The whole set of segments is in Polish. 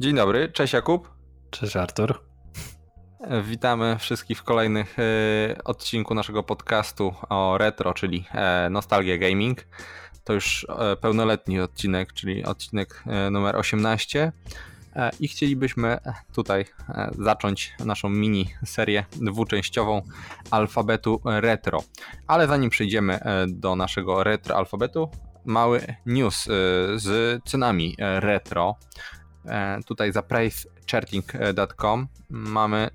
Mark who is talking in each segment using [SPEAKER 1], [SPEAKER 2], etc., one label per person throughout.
[SPEAKER 1] Dzień dobry, cześć Jakub.
[SPEAKER 2] Cześć Artur.
[SPEAKER 1] Witamy wszystkich w kolejnym odcinku naszego podcastu o retro, czyli Nostalgia Gaming. To już pełnoletni odcinek, czyli odcinek numer 18 i chcielibyśmy tutaj zacząć naszą mini serię dwuczęściową alfabetu retro. Ale zanim przejdziemy do naszego retro alfabetu, mały news z cenami retro. Tutaj za pricecharting.com mamy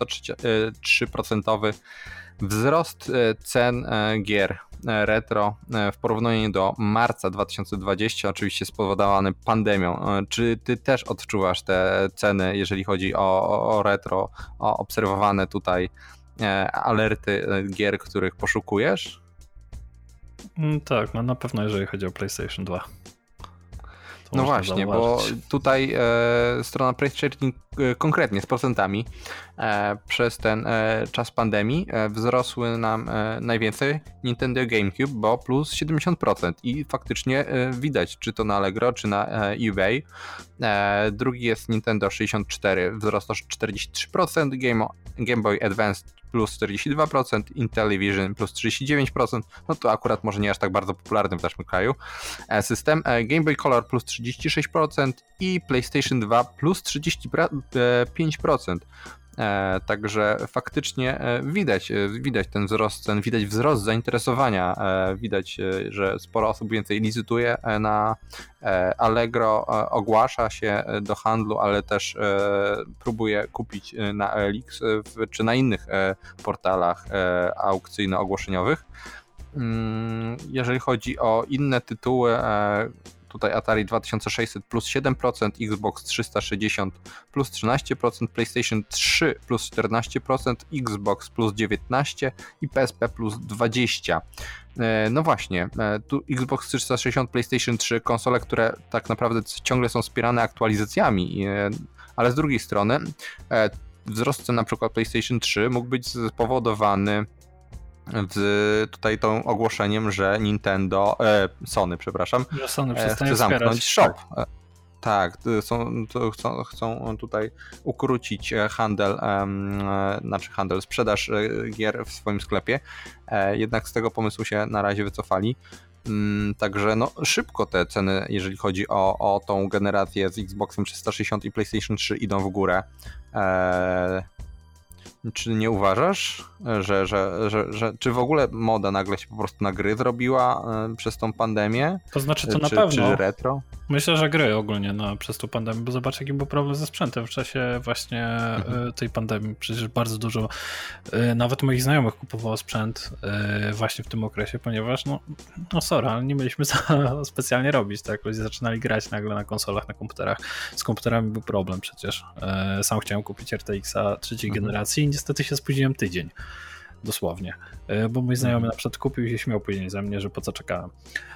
[SPEAKER 1] 33% wzrost cen gier retro w porównaniu do marca 2020, oczywiście spowodowany pandemią. Czy ty też odczuwasz te ceny, jeżeli chodzi o retro, o obserwowane tutaj alerty gier, których poszukujesz?
[SPEAKER 2] Tak, no na pewno jeżeli chodzi o PlayStation 2.
[SPEAKER 1] No właśnie, zauważyć. Bo tutaj strona Price Charting konkretnie z procentami przez ten czas pandemii wzrosły nam najwięcej Nintendo GameCube, bo plus 70% i faktycznie widać, czy to na Allegro, czy na eBay. Drugi jest Nintendo 64, wzrost o 43%, Game Boy Advance plus 42%, Intellivision plus 39%, no to akurat może nie aż tak bardzo popularny w naszym kraju system, Game Boy Color plus 36% i PlayStation 2 plus 35%. Także faktycznie widać ten wzrost cen, widać wzrost zainteresowania, widać, że sporo osób więcej licytuje na Allegro, ogłasza się do handlu, ale też próbuje kupić na OLX czy na innych portalach aukcyjno-ogłoszeniowych. Jeżeli chodzi o inne tytuły, tutaj Atari 2600 plus 7%, Xbox 360 plus 13%, PlayStation 3 plus 14%, Xbox plus 19% i PSP plus 20%. No właśnie, tu Xbox 360, PlayStation 3, konsole, które tak naprawdę ciągle są wspierane aktualizacjami, ale z drugiej strony wzrost cen na przykład PlayStation 3 mógł być spowodowany tutaj tą ogłoszeniem, że Sony chce zamknąć shop. Tak, chcą tutaj ukrócić sprzedaż gier w swoim sklepie, jednak z tego pomysłu się na razie wycofali. Także no szybko te ceny, jeżeli chodzi o tą generację z Xboxem 360 i PlayStation 3 idą w górę. Czy nie uważasz, że czy w ogóle moda nagle się po prostu na gry zrobiła przez tą pandemię?
[SPEAKER 2] To znaczy to na pewno.
[SPEAKER 1] Czy retro?
[SPEAKER 2] Myślę, że gry ogólnie przez tą pandemię, bo zobacz jaki był problem ze sprzętem w czasie właśnie tej pandemii. Przecież bardzo dużo, nawet moich znajomych kupowało sprzęt właśnie w tym okresie, ponieważ no sorry, ale nie mieliśmy co specjalnie robić, tak? Ludzie zaczynali grać nagle na konsolach, na komputerach. Z komputerami był problem przecież. Sam chciałem kupić RTX-a trzeciej generacji i niestety się spóźniłem tydzień. Dosłownie. Bo mój znajomy na przykład kupił i się śmiał później ze mnie, że po co czekałem.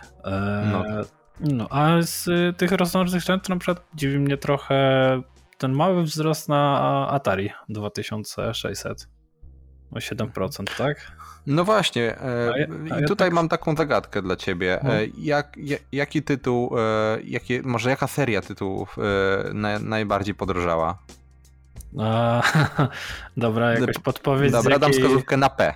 [SPEAKER 2] No, a z tych rosnących cen to na przykład dziwi mnie trochę ten mały wzrost na Atari 2600. O 7%, tak?
[SPEAKER 1] No właśnie, i tutaj mam taką zagadkę dla ciebie. Jaki tytuł, może jaka seria tytułów najbardziej podrożała?
[SPEAKER 2] Dobra, jakoś podpowiedź.
[SPEAKER 1] Dobra, dam wskazówkę na P.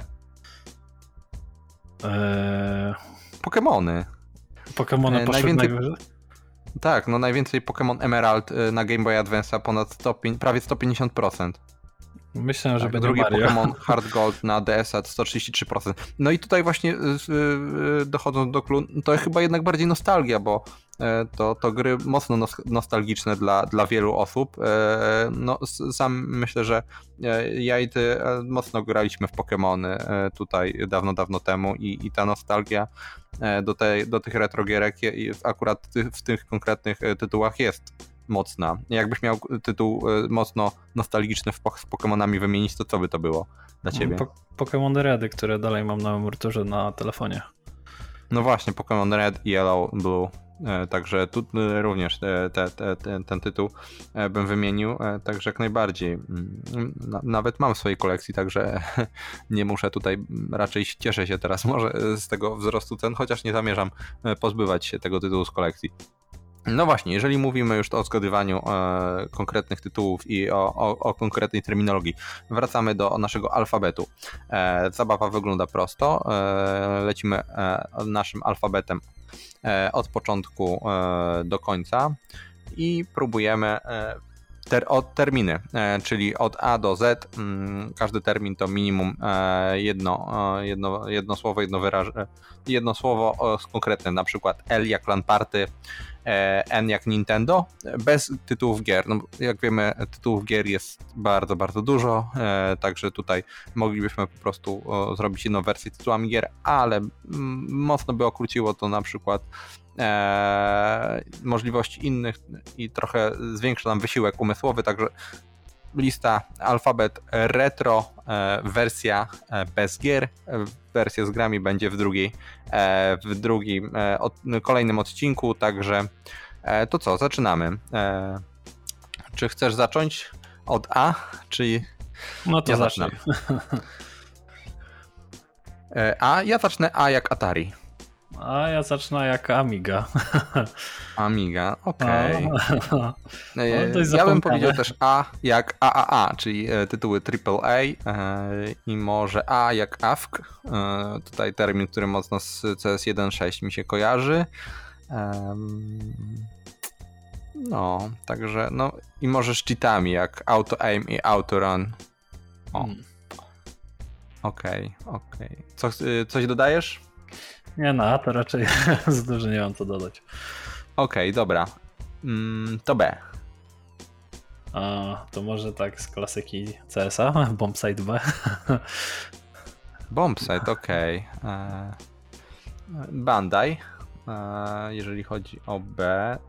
[SPEAKER 1] Pokemony.
[SPEAKER 2] Pokemony poszły najwyżej?
[SPEAKER 1] Tak, no najwięcej Pokémon Emerald na Game Boy Advance'a ponad prawie 150%.
[SPEAKER 2] Myślę, że
[SPEAKER 1] tak,
[SPEAKER 2] będzie
[SPEAKER 1] drugi
[SPEAKER 2] Mario.
[SPEAKER 1] Pokémon Heart Gold na DS-a 133%. No i tutaj właśnie dochodząc do clou, to chyba jednak bardziej nostalgia, bo to gry mocno nostalgiczne dla wielu osób. No, sam myślę, że ja i ty mocno graliśmy w Pokémony tutaj dawno temu i ta nostalgia do tych retro gierek akurat w tych konkretnych tytułach jest mocna. Jakbyś miał tytuł mocno nostalgiczny z Pokemonami wymienić, to co by to było dla ciebie?
[SPEAKER 2] Pokémony Redy, które dalej mam na emeryturze na telefonie.
[SPEAKER 1] No właśnie, Pokémon Red, Yellow, Blue. Także tu również ten tytuł bym wymienił, także jak najbardziej. Nawet mam w swojej kolekcji, także nie muszę tutaj, raczej cieszę się teraz może z tego wzrostu cen, chociaż nie zamierzam pozbywać się tego tytułu z kolekcji. No właśnie, jeżeli mówimy już o zgadywaniu konkretnych tytułów i o konkretnej terminologii, wracamy do naszego alfabetu. Zabawa wygląda prosto. Lecimy naszym alfabetem od początku do końca i próbujemy terminy, czyli od A do Z. Każdy termin to minimum jedno słowo, jedno słowo konkretne, na przykład L jak LAN party, N jak Nintendo, bez tytułów gier. No, jak wiemy, tytułów gier jest bardzo, bardzo dużo, także tutaj moglibyśmy po prostu zrobić jedną wersję tytułami gier, ale mocno by okróciło to na przykład możliwości innych i trochę zwiększa nam wysiłek umysłowy, także lista alfabet retro, wersja bez gier, wersja z grami będzie w drugim kolejnym odcinku, także to co, zaczynamy. Czy chcesz zacząć od A, czy
[SPEAKER 2] no to
[SPEAKER 1] ja
[SPEAKER 2] zacznę.
[SPEAKER 1] Ja zacznę A jak Atari.
[SPEAKER 2] A ja zacznę jak Amiga.
[SPEAKER 1] Amiga, okej.
[SPEAKER 2] No,
[SPEAKER 1] ja bym powiedział też A jak AAA, czyli tytuły AAA i może A jak AFK. Tutaj termin, który mocno z CS 1.6 mi się kojarzy. No, także no i może z cheatami jak Auto Aim i Auto Run. Okej. Coś dodajesz?
[SPEAKER 2] Nie, no, to raczej za dużo nie mam co dodać.
[SPEAKER 1] Okej, dobra. To B.
[SPEAKER 2] To może tak z klasyki CS-a, Bombsite B.
[SPEAKER 1] Bombsite, okej. Bandai, jeżeli chodzi o B.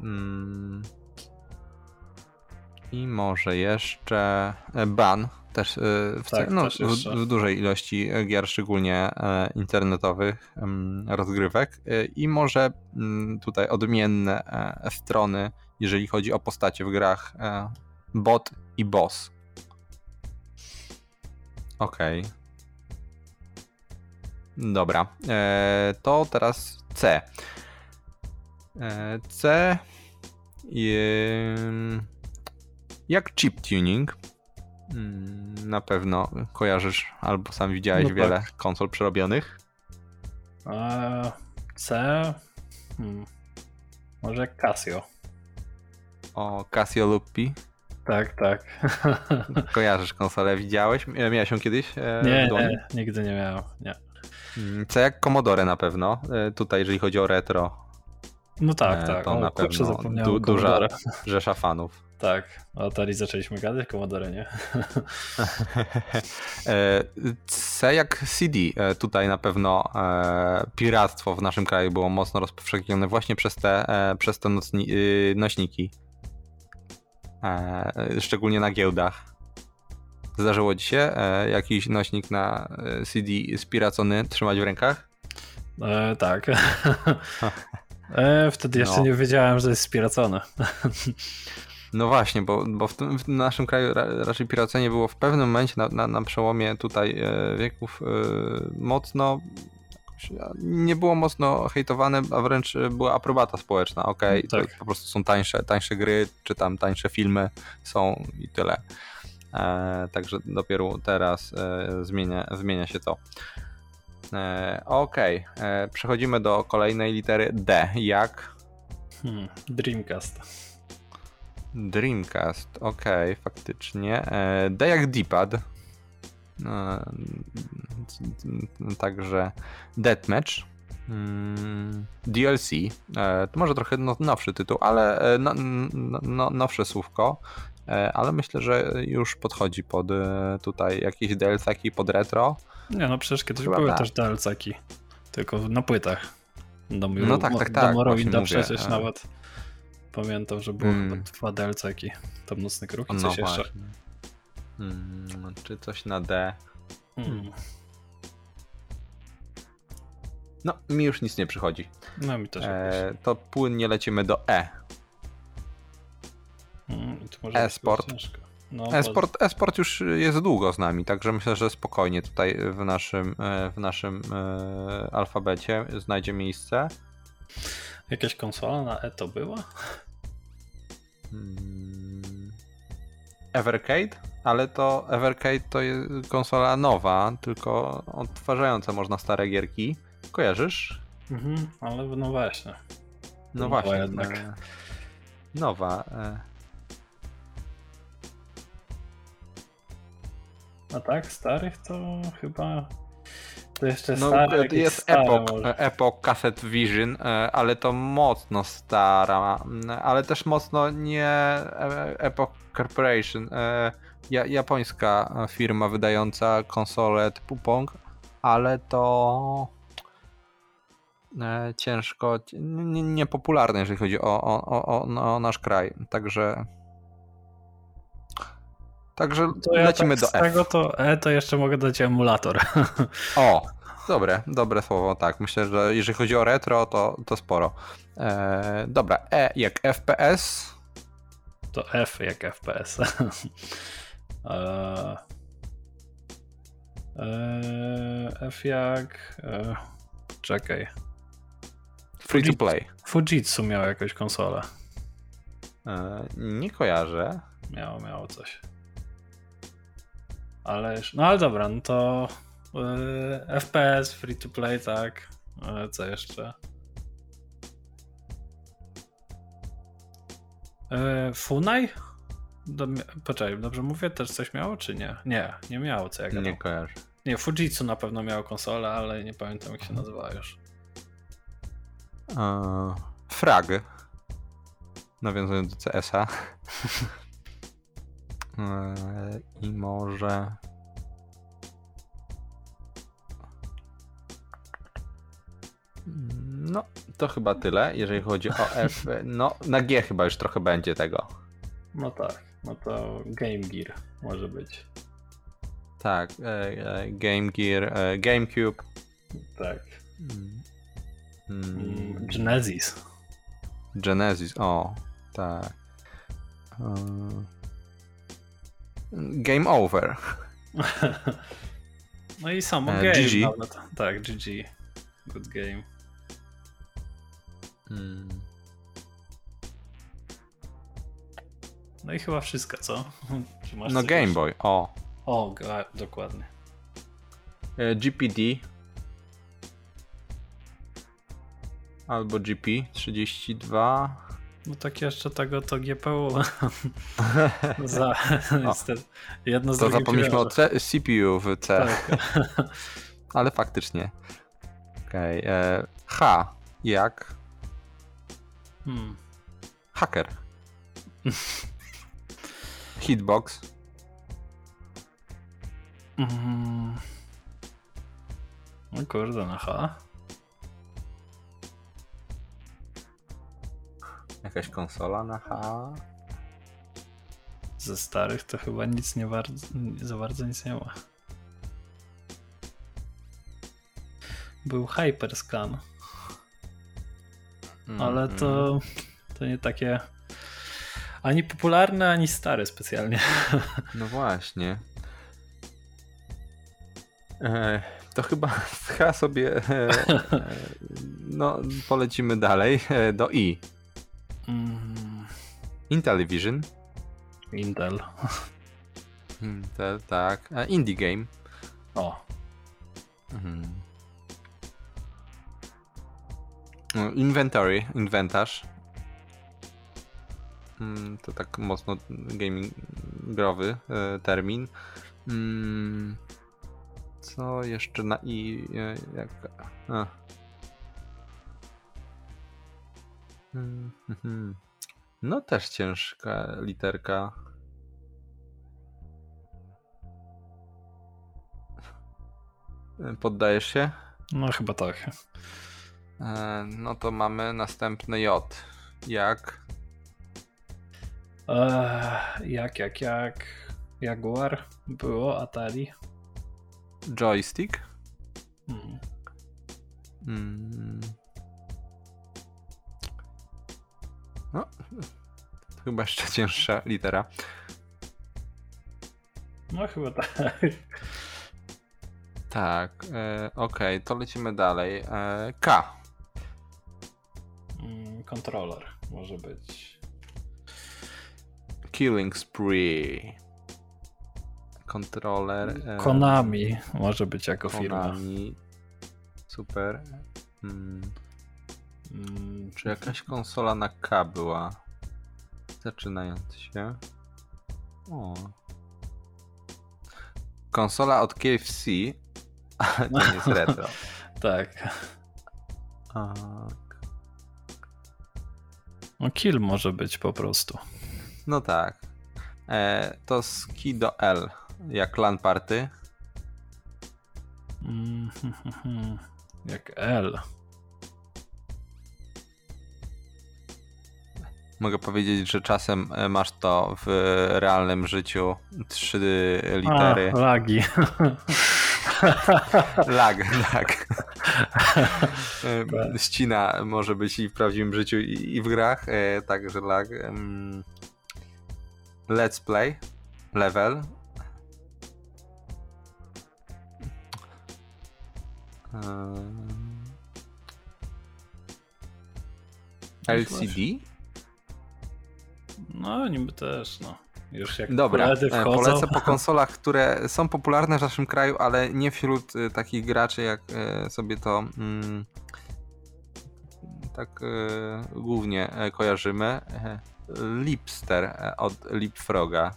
[SPEAKER 1] I może jeszcze Ban, też w dużej ilości gier, szczególnie internetowych rozgrywek. I może tutaj odmienne strony, jeżeli chodzi o postacie w grach, bot i boss. Okej. Dobra, to teraz C. C jak chip tuning. Na pewno kojarzysz albo sam widziałeś wiele konsol przerobionych.
[SPEAKER 2] C. Może Casio.
[SPEAKER 1] O, Casio Lupi.
[SPEAKER 2] Tak.
[SPEAKER 1] Kojarzysz konsolę, widziałeś? Miałeś ją kiedyś?
[SPEAKER 2] Nie, nigdy nie miałem. Nie.
[SPEAKER 1] C jak Commodore na pewno. Tutaj, jeżeli chodzi o retro.
[SPEAKER 2] No tak.
[SPEAKER 1] To na pewno duża rzesza fanów.
[SPEAKER 2] Tak, o Atari zaczęliśmy gadać, Commodore nie.
[SPEAKER 1] C jak CD. Tutaj na pewno piractwo w naszym kraju było mocno rozpowszechnione właśnie przez te nośniki. Szczególnie na giełdach. Zdarzyło ci się jakiś nośnik na CD spiracony trzymać w rękach?
[SPEAKER 2] Tak. Wtedy jeszcze nie wiedziałem, że jest spiracone.
[SPEAKER 1] No właśnie, bo w naszym kraju raczej piracenie było w pewnym momencie na przełomie tutaj wieków mocno, nie było mocno hejtowane, a wręcz była aprobata społeczna. Okej, tak. To po prostu są tańsze gry, czy tam tańsze filmy są i tyle. Także dopiero teraz zmienia się to. Okej, przechodzimy do kolejnej litery D. Jak? Dreamcast, okej, faktycznie. D jak D-pad. Także Deathmatch. DLC. To może trochę nowszy tytuł, ale nowsze słówko. Ale myślę, że już podchodzi pod tutaj jakieś DLC-ki pod retro.
[SPEAKER 2] Nie, no przecież kiedyś były też DLC-ki, tylko na płytach.
[SPEAKER 1] No tak.
[SPEAKER 2] Do Morrowinda przecież nawet pamiętam, że były chyba 2 DLC-ki. Tam Nocny Kruk i coś jeszcze.
[SPEAKER 1] Czy coś na D? No, mi już nic nie przychodzi.
[SPEAKER 2] No mi też.
[SPEAKER 1] To płynnie lecimy do E. E-sport. E-sport już jest długo z nami, także myślę, że spokojnie tutaj w naszym alfabecie znajdzie miejsce.
[SPEAKER 2] Jakaś konsola na E to była?
[SPEAKER 1] Evercade? Ale to Evercade to jest konsola nowa, tylko odtwarzająca można stare gierki. Kojarzysz?
[SPEAKER 2] Ale no właśnie.
[SPEAKER 1] No właśnie.
[SPEAKER 2] Jednak.
[SPEAKER 1] Nowa.
[SPEAKER 2] A tak, starych to chyba... To jeszcze
[SPEAKER 1] No,
[SPEAKER 2] stare,
[SPEAKER 1] jest Epoch Cassette Vision, ale to mocno stara, ale też mocno nie Epoch Corporation, japońska firma wydająca konsole typu Pong, ale to ciężko, niepopularne, jeżeli chodzi o nasz kraj, także
[SPEAKER 2] to ja
[SPEAKER 1] lecimy
[SPEAKER 2] tak
[SPEAKER 1] do
[SPEAKER 2] z tego to jeszcze mogę dać emulator.
[SPEAKER 1] O, dobre słowo, tak. Myślę, że jeżeli chodzi o retro, to sporo. Dobra, E jak FPS.
[SPEAKER 2] To F jak FPS. F jak... czekaj.
[SPEAKER 1] Free to play.
[SPEAKER 2] Fujitsu miał jakąś konsolę.
[SPEAKER 1] Nie kojarzę.
[SPEAKER 2] Miało coś. Ale dobra, no to FPS, free to play, tak. Co jeszcze? Funai? Poczekaj, dobrze mówię? Też coś miało, czy nie? Nie miało, co ja gadam.
[SPEAKER 1] Nie kojarzę.
[SPEAKER 2] Nie, Fujitsu na pewno miało konsolę, ale nie pamiętam, jak się nazywała już.
[SPEAKER 1] Frag. Nawiązując do CS-a. I może... No, to chyba tyle, jeżeli chodzi o F. No, na G chyba już trochę będzie tego.
[SPEAKER 2] No tak, no to Game Gear może być.
[SPEAKER 1] Tak, Game Gear, GameCube.
[SPEAKER 2] Tak. Genesis,
[SPEAKER 1] o, tak. Game Over.
[SPEAKER 2] No i samo game.
[SPEAKER 1] GG.
[SPEAKER 2] Nawet. Tak, GG. Good game. No i chyba wszystko, co?
[SPEAKER 1] No Game Boy, o.
[SPEAKER 2] O, dokładnie.
[SPEAKER 1] GPD. Albo GP32.
[SPEAKER 2] No tak jeszcze tego to GPU. Jedno z
[SPEAKER 1] to zapomnieliśmy o CPU w C.
[SPEAKER 2] Tak.
[SPEAKER 1] Ale faktycznie. Okej. H jak? Hacker. Hitbox.
[SPEAKER 2] No kurde, na H.
[SPEAKER 1] Jakaś konsola na H.
[SPEAKER 2] Ze starych to chyba nic za bardzo nic nie ma. Był Hyperscan. Ale to nie takie ani popularne, ani stare specjalnie.
[SPEAKER 1] No właśnie. To chyba sobie no polecimy dalej do I. Intellivision.
[SPEAKER 2] Intel,
[SPEAKER 1] tak. Indie Game.
[SPEAKER 2] O.
[SPEAKER 1] Inwentarz. To tak mocno gamingowy termin. Co jeszcze na I? No też ciężka literka. Poddajesz się?
[SPEAKER 2] No chyba tak.
[SPEAKER 1] No to mamy następny J. Jak?
[SPEAKER 2] Jak Jaguar było, Atari.
[SPEAKER 1] Joystick? No, chyba jeszcze cięższa litera.
[SPEAKER 2] No chyba tak.
[SPEAKER 1] Tak, okej, to lecimy dalej. K.
[SPEAKER 2] Kontroler może być.
[SPEAKER 1] Killing Spree. Kontroler.
[SPEAKER 2] Konami może być jako firma.
[SPEAKER 1] Konami. Super. Czy jakaś konsola na K była? Zaczynając się. O. Konsola od KFC. To nie jest retro.
[SPEAKER 2] Tak. No Kill może być po prostu.
[SPEAKER 1] No tak. To z Key do L. Jak LAN party.
[SPEAKER 2] Jak L.
[SPEAKER 1] Mogę powiedzieć, że czasem masz to w realnym życiu 3 litery.
[SPEAKER 2] Lagi.
[SPEAKER 1] Lag. Ścina może być i w prawdziwym życiu, i w grach. Także lag. Let's play. Level. LCD?
[SPEAKER 2] No, niby też, no. Już jak
[SPEAKER 1] Dobra, polecę po konsolach, które są popularne w naszym kraju, ale nie wśród takich graczy, jak sobie to tak głównie kojarzymy. Lipster od Leapfroga.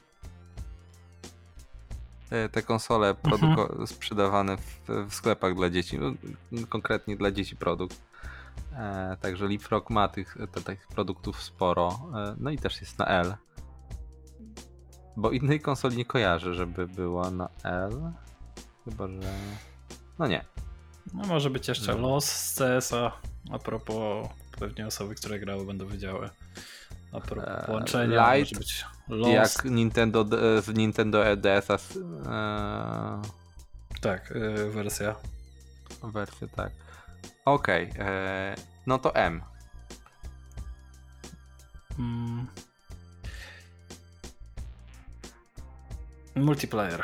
[SPEAKER 1] Te konsole sprzedawane w sklepach dla dzieci, konkretnie dla dzieci produkt. Także Leapfrog ma tych produktów sporo. No i też jest na L. Bo innej konsoli nie kojarzę, żeby była na L. Chyba, że... No nie.
[SPEAKER 2] No może być jeszcze Los z CS-a. A propos, pewnie osoby, które grały, będą wiedziały. A propos połączenia,
[SPEAKER 1] Light,
[SPEAKER 2] może być Los.
[SPEAKER 1] Jak Nintendo DS-a.
[SPEAKER 2] Tak, wersja.
[SPEAKER 1] Wersja, tak. Okej, no to M.
[SPEAKER 2] Multiplayer.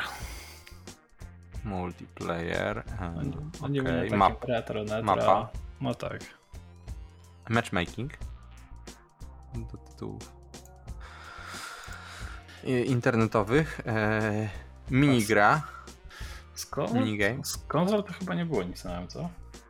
[SPEAKER 1] Okay.
[SPEAKER 2] Mapa. No tak.
[SPEAKER 1] Matchmaking. Do tytułów internetowych. Minigra. Minigame.
[SPEAKER 2] Z konsol to chyba nie było nic na co?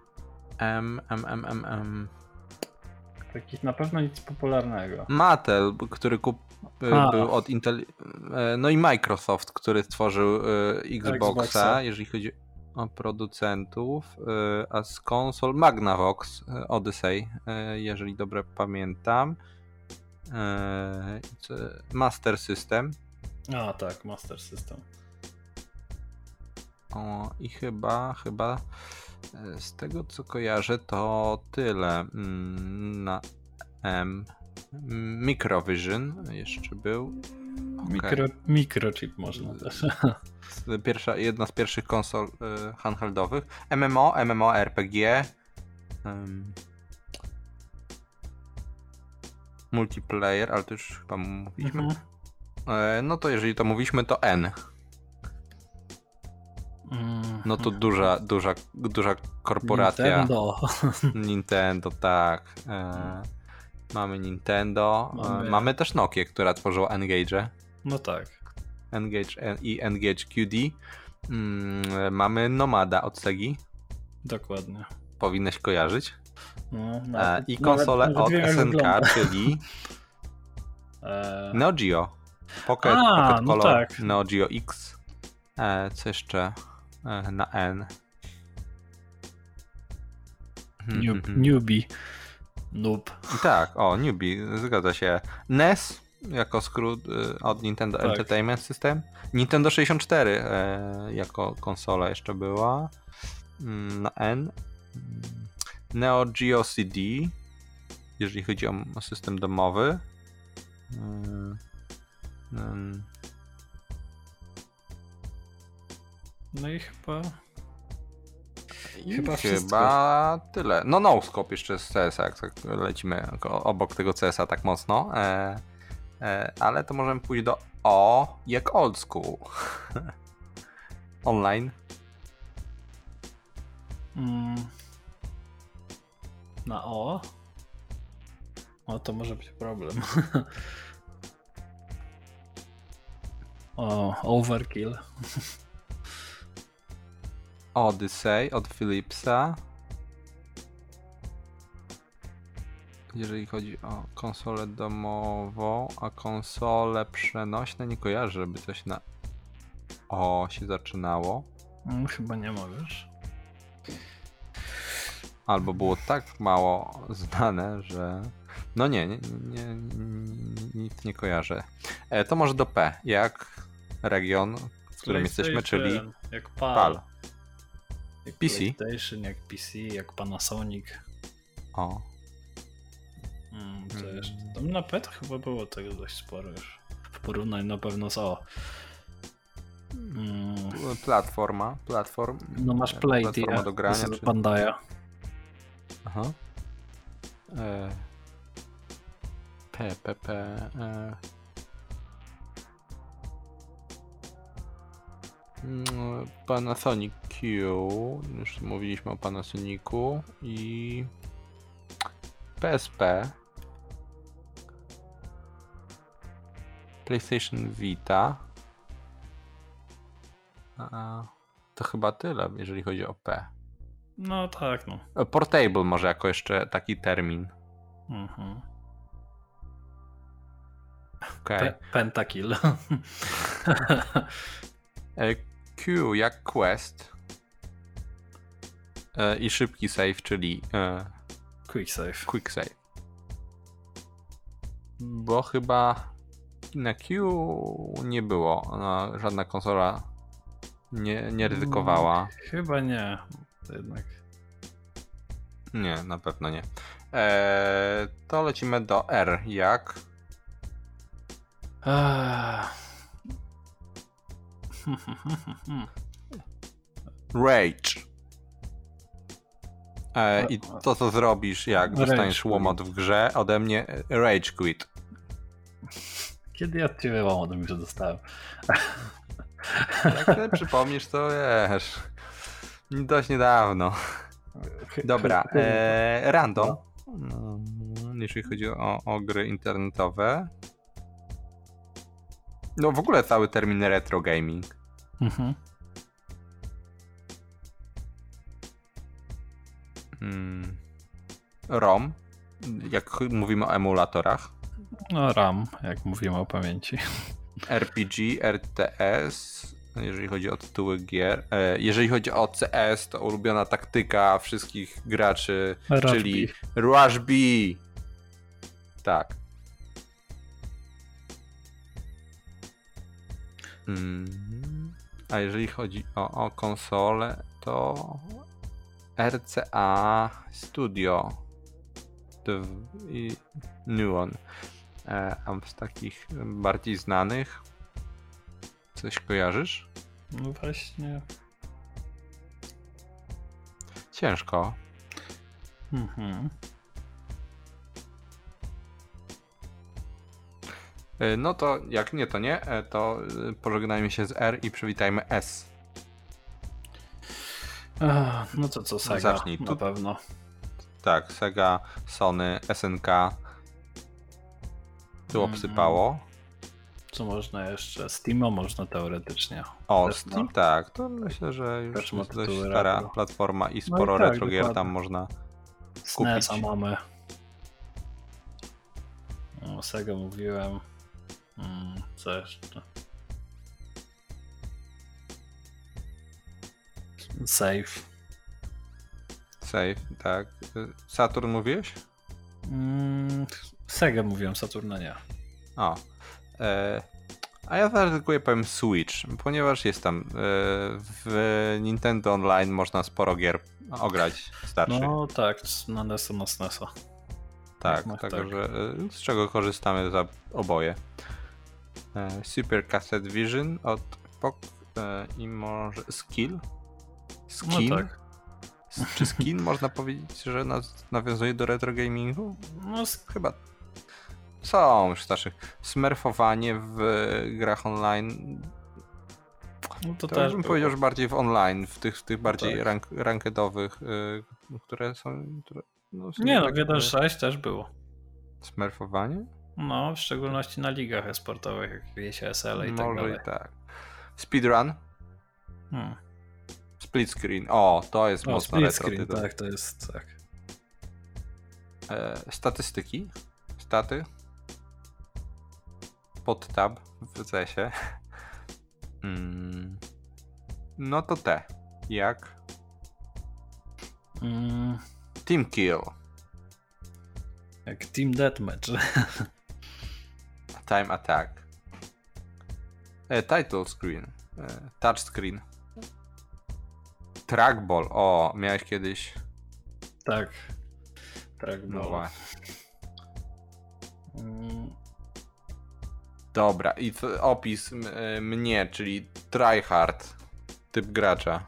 [SPEAKER 2] Takich na pewno nic popularnego.
[SPEAKER 1] Mattel, który był od Intel, no i Microsoft, który stworzył Xboxa, jeżeli chodzi o producentów, a z konsol Magnavox Odyssey, jeżeli dobrze pamiętam. Master System.
[SPEAKER 2] A tak, Master System.
[SPEAKER 1] I chyba z tego co kojarzę to tyle na M. Microvision jeszcze był.
[SPEAKER 2] Okay. Microchip można też.
[SPEAKER 1] Jedna z pierwszych konsol handheldowych. MMORPG. Multiplayer, ale to już chyba mówiliśmy. No to jeżeli to mówiliśmy, to N. No to duża korporacja. Nintendo, tak. Mamy Nintendo. Mamy też Nokię, która tworzyła N-Gage.
[SPEAKER 2] No tak.
[SPEAKER 1] N-Gage i N-Gage QD. Mamy Nomada od Segi.
[SPEAKER 2] Dokładnie.
[SPEAKER 1] Powinieneś kojarzyć.
[SPEAKER 2] No,
[SPEAKER 1] i konsolę od SNK, czyli Neo Geo. Pocket Color, tak. Neo Geo X. Co jeszcze na N?
[SPEAKER 2] Newbie. Noob.
[SPEAKER 1] Tak, Newbie, zgadza się. NES jako skrót od Nintendo Entertainment System. Nintendo 64 jako konsola jeszcze była. Na N. Neo Geo CD, jeżeli chodzi o system domowy.
[SPEAKER 2] No i chyba
[SPEAKER 1] tyle. No NoScope jeszcze z CS-a, jak tak lecimy obok tego CS-a tak mocno. Ale to możemy pójść do O, jak old school. Online.
[SPEAKER 2] Na O? O, to może być problem. O, Overkill.
[SPEAKER 1] Odyssey od Philipsa. Jeżeli chodzi o konsolę domową, a konsolę przenośne nie kojarzę, żeby coś na O się zaczynało.
[SPEAKER 2] Chyba nie ma, wiesz?
[SPEAKER 1] Albo było tak mało znane, że... No nie, nic nie kojarzę. To może do P, jak region, w którym jesteśmy, czyli
[SPEAKER 2] jak
[SPEAKER 1] PAL.
[SPEAKER 2] Jak
[SPEAKER 1] PC.
[SPEAKER 2] PlayStation, jak PC, jak Panasonic.
[SPEAKER 1] O.
[SPEAKER 2] To jeszcze. Tam na P to chyba było tego dość sporo już. W porównaniu na pewno z O.
[SPEAKER 1] Platform.
[SPEAKER 2] No masz Play,
[SPEAKER 1] platforma do grania.
[SPEAKER 2] Czy... Bandai'a.
[SPEAKER 1] Aha. Panasonic Q. Już mówiliśmy o Panasonicu. I PSP. PlayStation Vita. To chyba tyle, jeżeli chodzi o P.
[SPEAKER 2] No tak, no.
[SPEAKER 1] Portable może jako jeszcze taki termin. Okay.
[SPEAKER 2] Pentakill.
[SPEAKER 1] Q jak Quest. I szybki save, czyli
[SPEAKER 2] Quick save.
[SPEAKER 1] Bo chyba na Q nie było. Żadna konsola nie ryzykowała.
[SPEAKER 2] Chyba nie. Jednak.
[SPEAKER 1] Nie, na pewno nie. To lecimy do R. Jak? Rage. I to, co zrobisz, jak dostaniesz łomot w grze, ode mnie Rage Quit.
[SPEAKER 2] Kiedy ja od ciebie łomot już dostałem?
[SPEAKER 1] Jak sobie przypomnisz, to wiesz. Dość niedawno. Dobra, random. Jeżeli chodzi o gry internetowe. No w ogóle cały termin retro gaming. ROM, jak mówimy o emulatorach.
[SPEAKER 2] No RAM, jak mówimy o pamięci.
[SPEAKER 1] RPG, RTS, jeżeli chodzi o tytuły gier. Jeżeli chodzi o CS, to ulubiona taktyka wszystkich graczy, czyli Rush B. Tak. A jeżeli chodzi o konsolę, to RCA Studio i Nuon. A z takich bardziej znanych coś kojarzysz?
[SPEAKER 2] No właśnie.
[SPEAKER 1] Ciężko. No to jak nie, to nie. To pożegnajmy się z R i przywitajmy S.
[SPEAKER 2] No to co, Sega
[SPEAKER 1] zacznij.
[SPEAKER 2] Na pewno.
[SPEAKER 1] Tak, Sega, Sony, SNK. Tu obsypało.
[SPEAKER 2] Co można jeszcze? Steama można teoretycznie.
[SPEAKER 1] O, Steam tak. To myślę, że już jest dość stara platforma i sporo retro gier tam można kupić.
[SPEAKER 2] SNES-a mamy. O Sega mówiłem. Co jeszcze? Save,
[SPEAKER 1] tak. Saturn mówiłeś?
[SPEAKER 2] Sega mówiłem, Saturna nie.
[SPEAKER 1] O. A ja zaryzykuję, powiem Switch, ponieważ jest tam w Nintendo Online można sporo gier ograć starszych.
[SPEAKER 2] No tak, na NES-a, na SNES-a.
[SPEAKER 1] Tak, także z czego korzystamy za oboje. Super Cassette Vision od POC i może Skin?
[SPEAKER 2] No tak.
[SPEAKER 1] Czy Skin można powiedzieć, że nawiązuje do retro gamingu?
[SPEAKER 2] No
[SPEAKER 1] chyba są już starszych. Smurfowanie w grach online.
[SPEAKER 2] No to
[SPEAKER 1] też
[SPEAKER 2] też
[SPEAKER 1] bym
[SPEAKER 2] było.
[SPEAKER 1] powiedział, że bardziej w online, w tych bardziej
[SPEAKER 2] tak.
[SPEAKER 1] rankedowych, które są.
[SPEAKER 2] Nie, no w 1.6 też było.
[SPEAKER 1] Smurfowanie?
[SPEAKER 2] No, w szczególności na ligach e-sportowych, jak wiecie, SL i tak dalej.
[SPEAKER 1] Może i tak. Speedrun? Split screen. O, to jest mocno retro tytuł.
[SPEAKER 2] Tak, to jest tak.
[SPEAKER 1] Statystyki? Staty? Podtab w CS-ie. No to te. Jak? Team Kill.
[SPEAKER 2] Jak Team Deathmatch.
[SPEAKER 1] Time Attack. Title Screen. Touch Screen. Trackball. O, miałeś kiedyś?
[SPEAKER 2] Tak. Trackball.
[SPEAKER 1] No właśnie. Dobra, i opis mnie, czyli tryhard, typ gracza.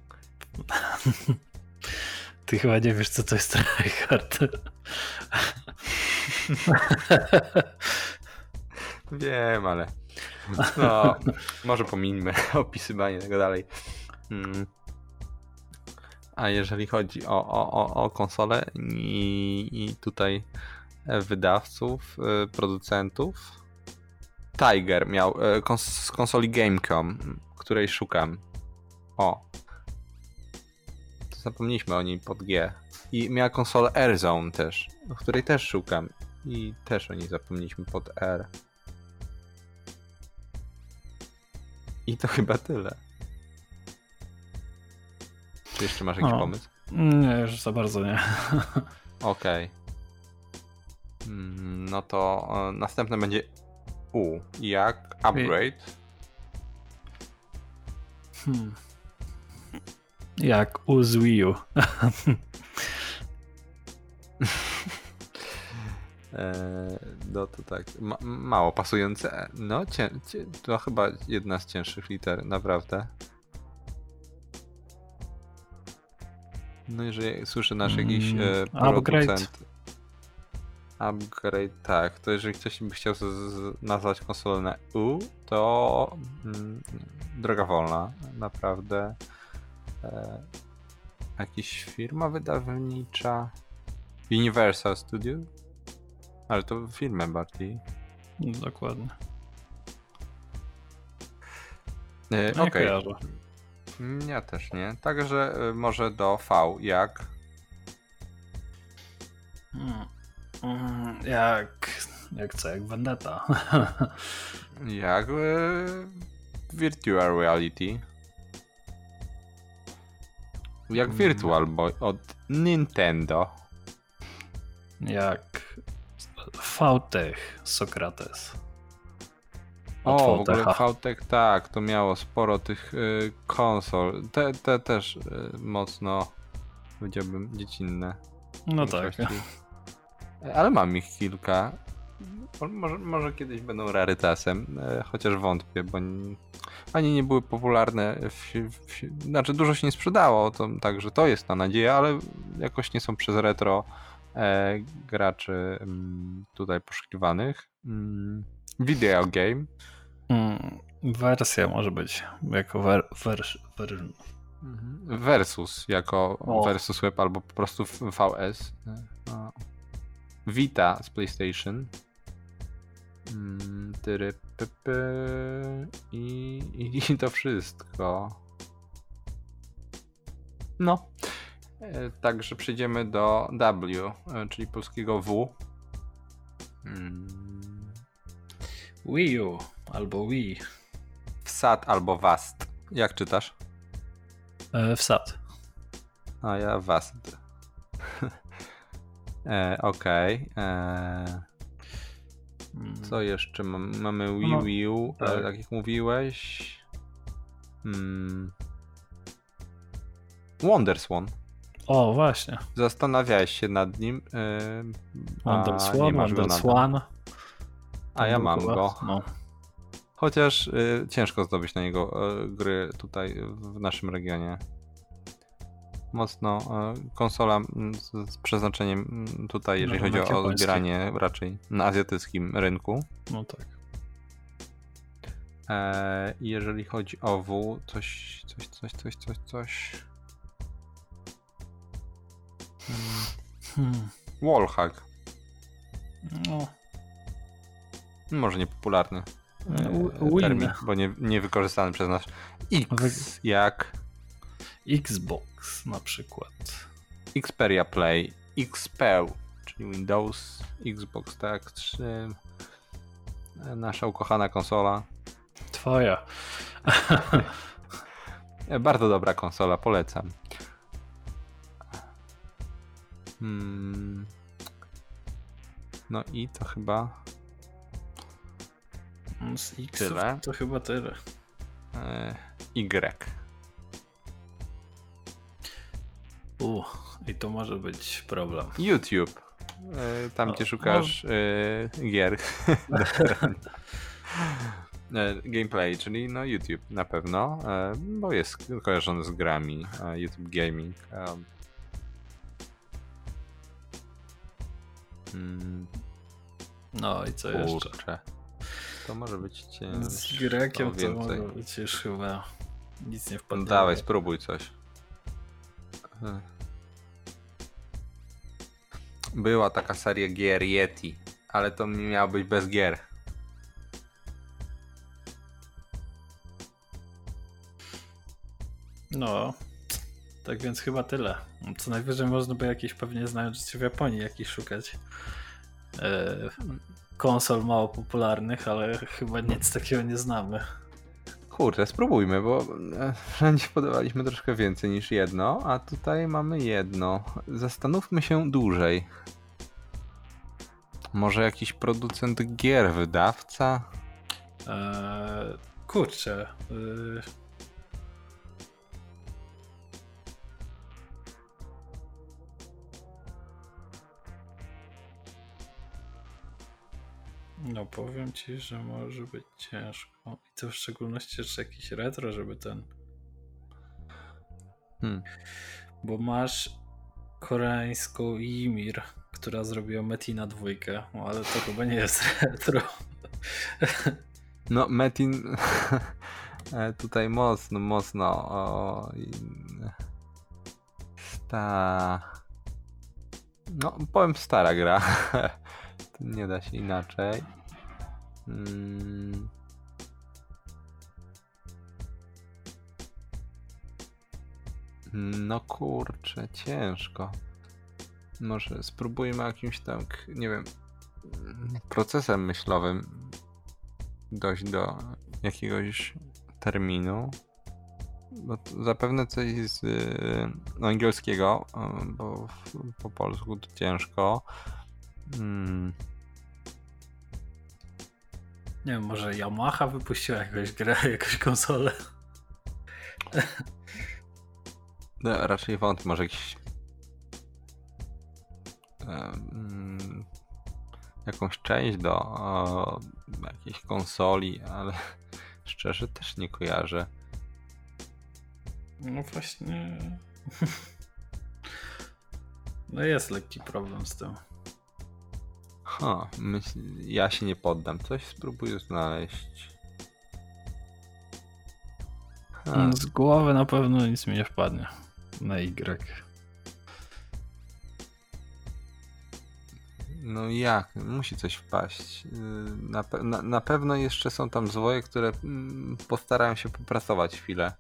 [SPEAKER 2] Ty chyba nie wiesz, co to jest tryhard.
[SPEAKER 1] Wiem, ale no, może pomińmy opisywanie tego dalej. A jeżeli chodzi o konsolę i tutaj wydawców, producentów, Tiger miał z konsoli Gamecom, której szukam. O. To zapomnieliśmy o niej pod G. I miała konsolę Airzone też, o której też szukam. I też o niej zapomnieliśmy pod R. I to chyba tyle. Czy jeszcze masz jakiś pomysł?
[SPEAKER 2] Nie, już za bardzo nie.
[SPEAKER 1] Okej. No to następne będzie U. Jak upgrade?
[SPEAKER 2] Jak U z Wii U.
[SPEAKER 1] No to tak, mało pasujące. No, to chyba jedna z cięższych liter, naprawdę. No jeżeli słyszę nasz jakiś producent. Upgrade, tak. To jeżeli ktoś by chciał nazwać konsolę na U, to droga wolna, naprawdę. Jakaś firma wydawnicza. Universal Studio? Ale to firmę bardziej.
[SPEAKER 2] Dokładnie.
[SPEAKER 1] Okej. Ja też nie. Także może do V. Jak?
[SPEAKER 2] Jak co? Jak Vendetta.
[SPEAKER 1] Jak Virtual Reality. Jak Virtual Boy od Nintendo.
[SPEAKER 2] Jak VTech Sokrates.
[SPEAKER 1] O, w ogóle VTech, tak, to miało sporo tych konsol. Te też mocno, powiedziałbym, dziecinne.
[SPEAKER 2] No tak.
[SPEAKER 1] Ale mam ich kilka. Może kiedyś będą rarytasem, chociaż wątpię, bo ani nie były popularne. Znaczy dużo się nie sprzedało, także to jest ta nadzieja, ale jakoś nie są przez retro graczy tutaj poszukiwanych. Video game.
[SPEAKER 2] Wersja może być jako
[SPEAKER 1] Versus jako Versus Web albo po prostu VS. Vita z PlayStation. I to wszystko. No. Także przejdziemy do W, czyli polskiego W.
[SPEAKER 2] Wii U albo Wii.
[SPEAKER 1] WSAT albo WAST. Jak czytasz?
[SPEAKER 2] WSAT.
[SPEAKER 1] A ja WAST. Okej. Co jeszcze mamy? Wii U, tak jak mówiłeś. WonderSwan.
[SPEAKER 2] O, właśnie.
[SPEAKER 1] Zastanawiałeś się nad nim.
[SPEAKER 2] WonderSwan.
[SPEAKER 1] A ja mam go. No. Chociaż ciężko zdobyć na niego gry tutaj w naszym regionie. Mocno konsola z przeznaczeniem tutaj, jeżeli chodzi o odbieranie raczej na azjatyckim rynku.
[SPEAKER 2] No tak.
[SPEAKER 1] Jeżeli chodzi o W, coś. Wallhack.
[SPEAKER 2] No.
[SPEAKER 1] Może niepopularny termin, bo nie wykorzystany przez nas. X jak
[SPEAKER 2] Xbox na przykład.
[SPEAKER 1] Xperia Play, XPEL, czyli Windows, Xbox, tak, nasza ukochana konsola.
[SPEAKER 2] Twoja.
[SPEAKER 1] Bardzo dobra konsola, polecam. No i to chyba
[SPEAKER 2] z X
[SPEAKER 1] tyle.
[SPEAKER 2] To chyba tyle.
[SPEAKER 1] Y.
[SPEAKER 2] I to może być problem.
[SPEAKER 1] YouTube. Tam gdzie szukasz gier. Gameplay, czyli no YouTube na pewno, bo jest kojarzony z grami. YouTube Gaming.
[SPEAKER 2] No i co jeszcze?
[SPEAKER 1] To może być ciężko.
[SPEAKER 2] Z Grekiem to może być już chyba nic nie wpadnie.
[SPEAKER 1] Dawaj, spróbuj coś. Była taka seria gier Yeti, ale to miało być bez gier.
[SPEAKER 2] No, tak więc chyba tyle. Co najwyżej można by jakieś, pewnie znając się w Japonii, jakiś szukać konsol mało popularnych, ale chyba nic takiego nie znamy.
[SPEAKER 1] Kurde, spróbujmy, bo wszędzie podawaliśmy troszkę więcej niż jedno, a tutaj mamy jedno. Zastanówmy się dłużej. Może jakiś producent gier, wydawca?
[SPEAKER 2] Kurczę. No powiem ci, że może być ciężko. I to w szczególności jeszcze jakiś retro, żeby ten... Bo masz koreańską Ymir, która zrobiła Metina 2, ale to chyba nie jest retro.
[SPEAKER 1] No Metin tutaj mocno no powiem stara gra. Nie da się inaczej. No kurczę, ciężko. Może spróbujmy jakimś tak, nie wiem, procesem myślowym dojść do jakiegoś terminu. Bo zapewne coś z angielskiego, bo po polsku to ciężko.
[SPEAKER 2] Nie wiem, może Yamaha wypuściła jakąś grę, jakąś konsolę.
[SPEAKER 1] No, raczej wątpię, może jakiś jakąś część do jakiejś konsoli, ale szczerze też nie kojarzę.
[SPEAKER 2] No właśnie. No jest lekki problem z tym.
[SPEAKER 1] Ja się nie poddam. Coś spróbuję znaleźć.
[SPEAKER 2] Z głowy na pewno nic mi nie wpadnie. Na Y.
[SPEAKER 1] No jak? Musi coś wpaść. Na pewno jeszcze są tam zwoje, które postarają się popracować chwilę.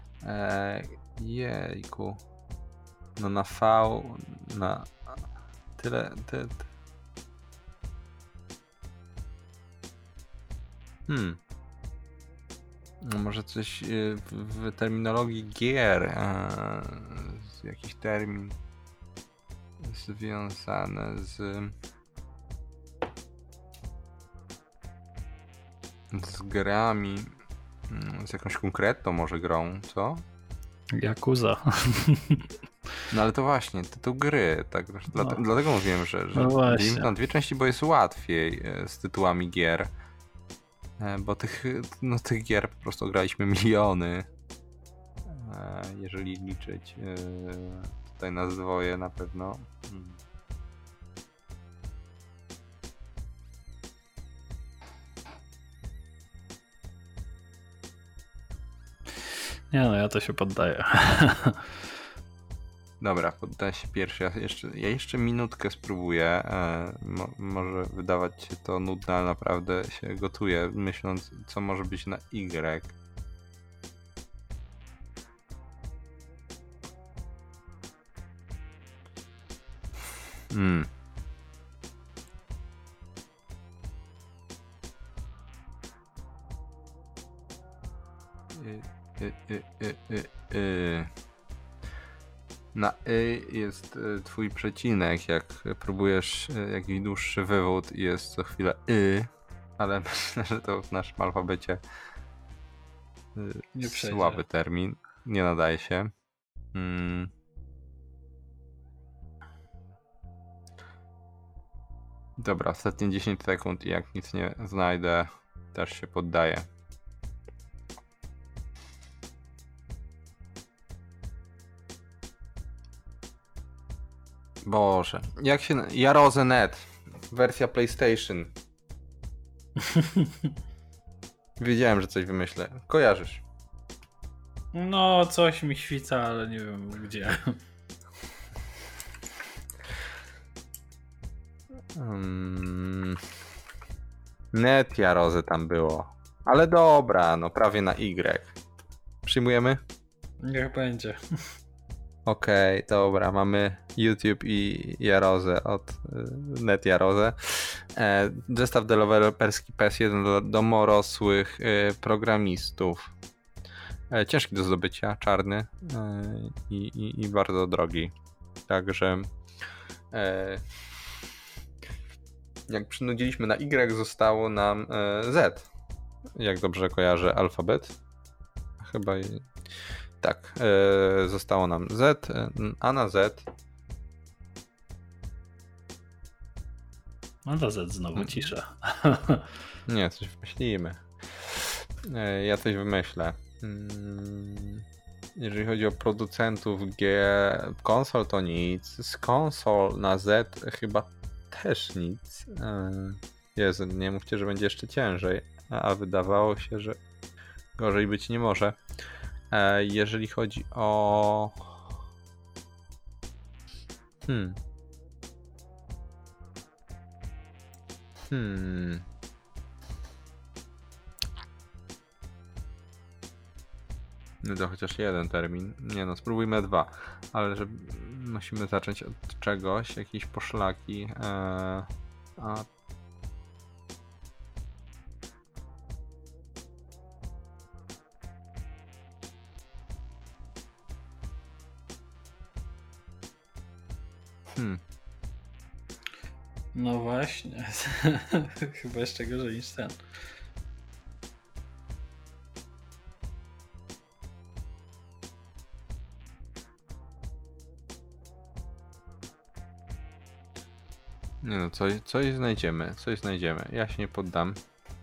[SPEAKER 1] Jejku. No na V, na tyle. No może coś w terminologii gier, jakiś termin związany z grami, z jakąś konkretną może grą, co?
[SPEAKER 2] Yakuza.
[SPEAKER 1] No ale to właśnie, tytuł gry, tak, dlatego mówiłem, że dzielimy na dwie części, bo jest łatwiej z tytułami gier, bo tych gier po prostu graliśmy miliony, jeżeli liczyć tutaj na zwoje na pewno.
[SPEAKER 2] Nie no, ja to się poddaję.
[SPEAKER 1] Dobra, poddaję się pierwszy. Ja jeszcze minutkę spróbuję. Może wydawać się to nudne, ale naprawdę się gotuję, myśląc, co może być na Y. Na jest twój przecinek, jak próbujesz jakiś dłuższy wywód i jest co chwilę ale myślę, że to w naszym alfabecie słaby termin, nie nadaje się. Dobra, ostatnie 10 sekund i jak nic nie znajdę, też się poddaję. Boże, jak się... Jarose.net, wersja PlayStation. Wiedziałem, że coś wymyślę. Kojarzysz?
[SPEAKER 2] No, coś mi świca, ale nie wiem gdzie.
[SPEAKER 1] Net Jarose tam było. Ale dobra, no prawie na Y. Przyjmujemy?
[SPEAKER 2] Niech będzie.
[SPEAKER 1] Okej, dobra, mamy YouTube i Jarose od Net Jarose. Zestaw deweloperski PS1 do dorosłych programistów. Ciężki do zdobycia, czarny i bardzo drogi. Także jak przynudziliśmy na Y, zostało nam Z. Jak dobrze kojarzę alfabet. Chyba tak. Zostało nam Z, a na Z.
[SPEAKER 2] No to Z znowu cisza.
[SPEAKER 1] Nie, coś wymyślimy. Ja coś wymyślę. Jeżeli chodzi o producentów konsol, to nic. Z konsol na Z chyba też nic. Jezu, nie mówcie, że będzie jeszcze ciężej. A wydawało się, że gorzej być nie może. Jeżeli chodzi o... No to chociaż jeden termin. Nie no, spróbujmy 2. Ale że musimy zacząć od czegoś, jakieś poszlaki.
[SPEAKER 2] No właśnie. Chyba jeszcze gorzej niż ten.
[SPEAKER 1] Nie no, coś znajdziemy. Coś znajdziemy. Ja się nie poddam.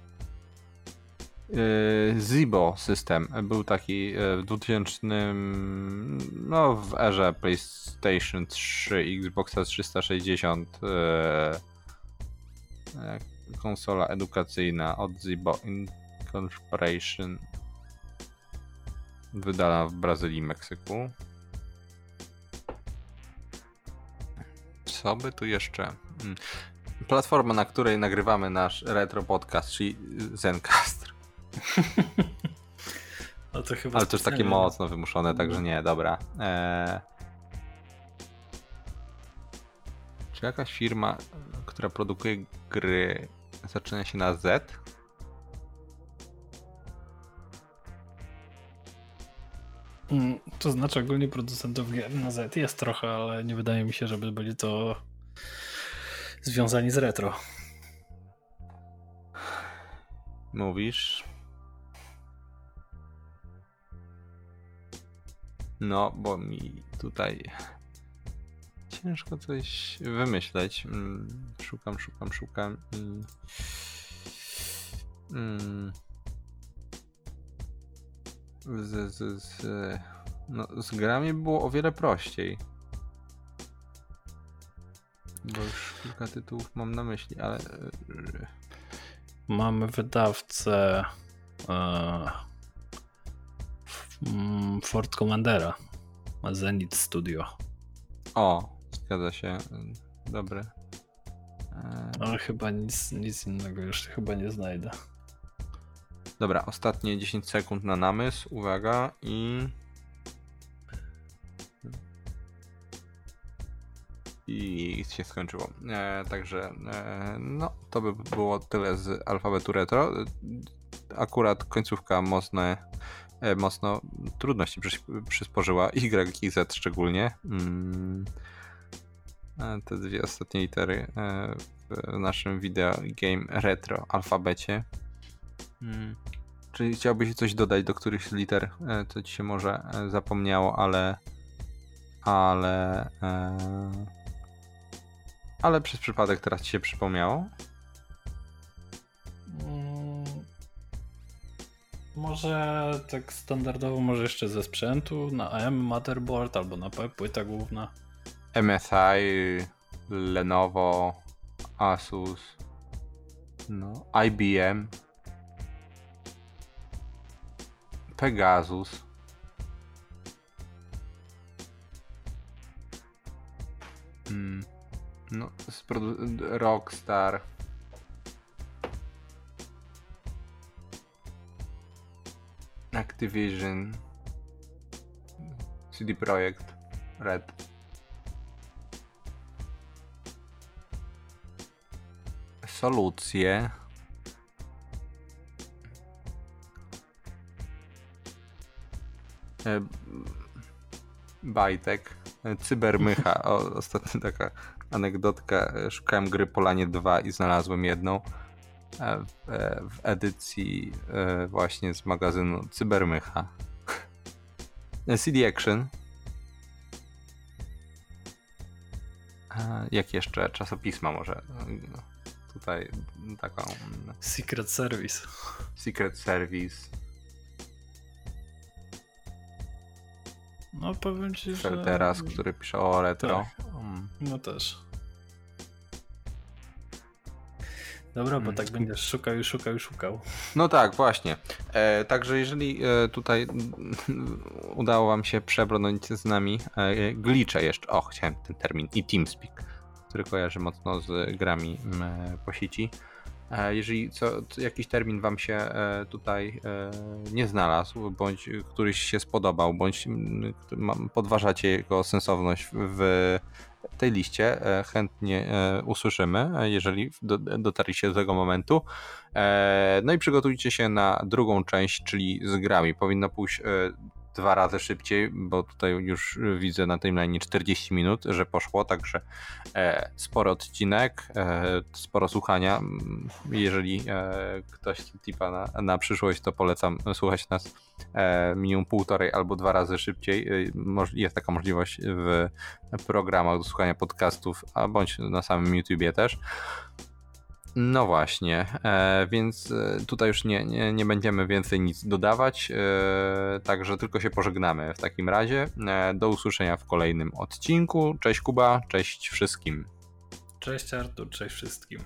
[SPEAKER 1] Zibo system był taki w 2000, no w erze PlayStation 3, Xboxa 360, konsola edukacyjna od Zibo Incorporation, wydana w Brazylii i Meksyku. Co by tu jeszcze? Platforma, na której nagrywamy nasz retro podcast, czyli Zencastr.
[SPEAKER 2] No to chyba
[SPEAKER 1] ale to już takie mocno wymuszone, także nie, dobra. Czy jakaś firma, która produkuje gry, zaczyna się na Z?
[SPEAKER 2] To znaczy ogólnie producentów gier na Z jest trochę, ale nie wydaje mi się, żeby byli to związani z retro.
[SPEAKER 1] Mówisz? No, bo mi tutaj ciężko coś wymyśleć. Szukam. Z grami było o wiele prościej. Bo już kilka tytułów mam na myśli, ale...
[SPEAKER 2] Mamy wydawcę Fort Commandera, Zenith Studio.
[SPEAKER 1] O, zgadza się. Dobry.
[SPEAKER 2] Ale chyba nic innego już chyba nie znajdę.
[SPEAKER 1] Dobra, ostatnie 10 sekund na namysł. Uwaga i się skończyło. Także no, to by było tyle z alfabetu retro. Akurat końcówka mocno trudności przysporzyła, Y i Z szczególnie. Te dwie ostatnie litery w naszym video game retro alfabecie. Czy chciałbyś coś dodać do którychś z liter, co ci się może zapomniało, ale przez przypadek teraz ci się przypomniało?
[SPEAKER 2] Może tak standardowo, może jeszcze ze sprzętu, na M motherboard albo na P płyta główna.
[SPEAKER 1] MSI, Lenovo, Asus, no, IBM, Pegasus, no, Rockstar, Activision, CD Projekt Red, Solucje, Bajtek, Cybermycha. Ostatnio taka anegdotka. Szukałem gry Polanie 2 i znalazłem jedną w edycji właśnie z magazynu Cybermycha. CD Action. Jak jeszcze czasopisma może tutaj taką...
[SPEAKER 2] Secret Service. No powiem ci, że...
[SPEAKER 1] Teraz, który pisze o retro.
[SPEAKER 2] Tak. No też. Dobra, bo tak będziesz szukał.
[SPEAKER 1] No tak, właśnie. Także jeżeli tutaj udało wam się przebrnąć z nami glitche jeszcze, chciałem ten termin, i TeamSpeak, który kojarzy mocno z grami po sieci. Jeżeli jakiś termin wam się tutaj nie znalazł, bądź któryś się spodobał, bądź podważacie jego sensowność w tej liście, chętnie usłyszymy, jeżeli dotarliście do tego momentu. No i przygotujcie się na drugą część, czyli z grami. Powinno pójść 2 razy szybciej, bo tutaj już widzę na timeline 40 minut, że poszło, także spory odcinek, sporo słuchania. Jeżeli ktoś tipa na przyszłość, to polecam słuchać nas minimum 1,5 albo 2 razy szybciej. Jest taka możliwość w programach do słuchania podcastów, a bądź na samym YouTubie też. No właśnie, więc tutaj już nie będziemy więcej nic dodawać, także tylko się pożegnamy w takim razie. Do usłyszenia w kolejnym odcinku. Cześć Kuba, cześć wszystkim.
[SPEAKER 2] Cześć Artur, cześć wszystkim.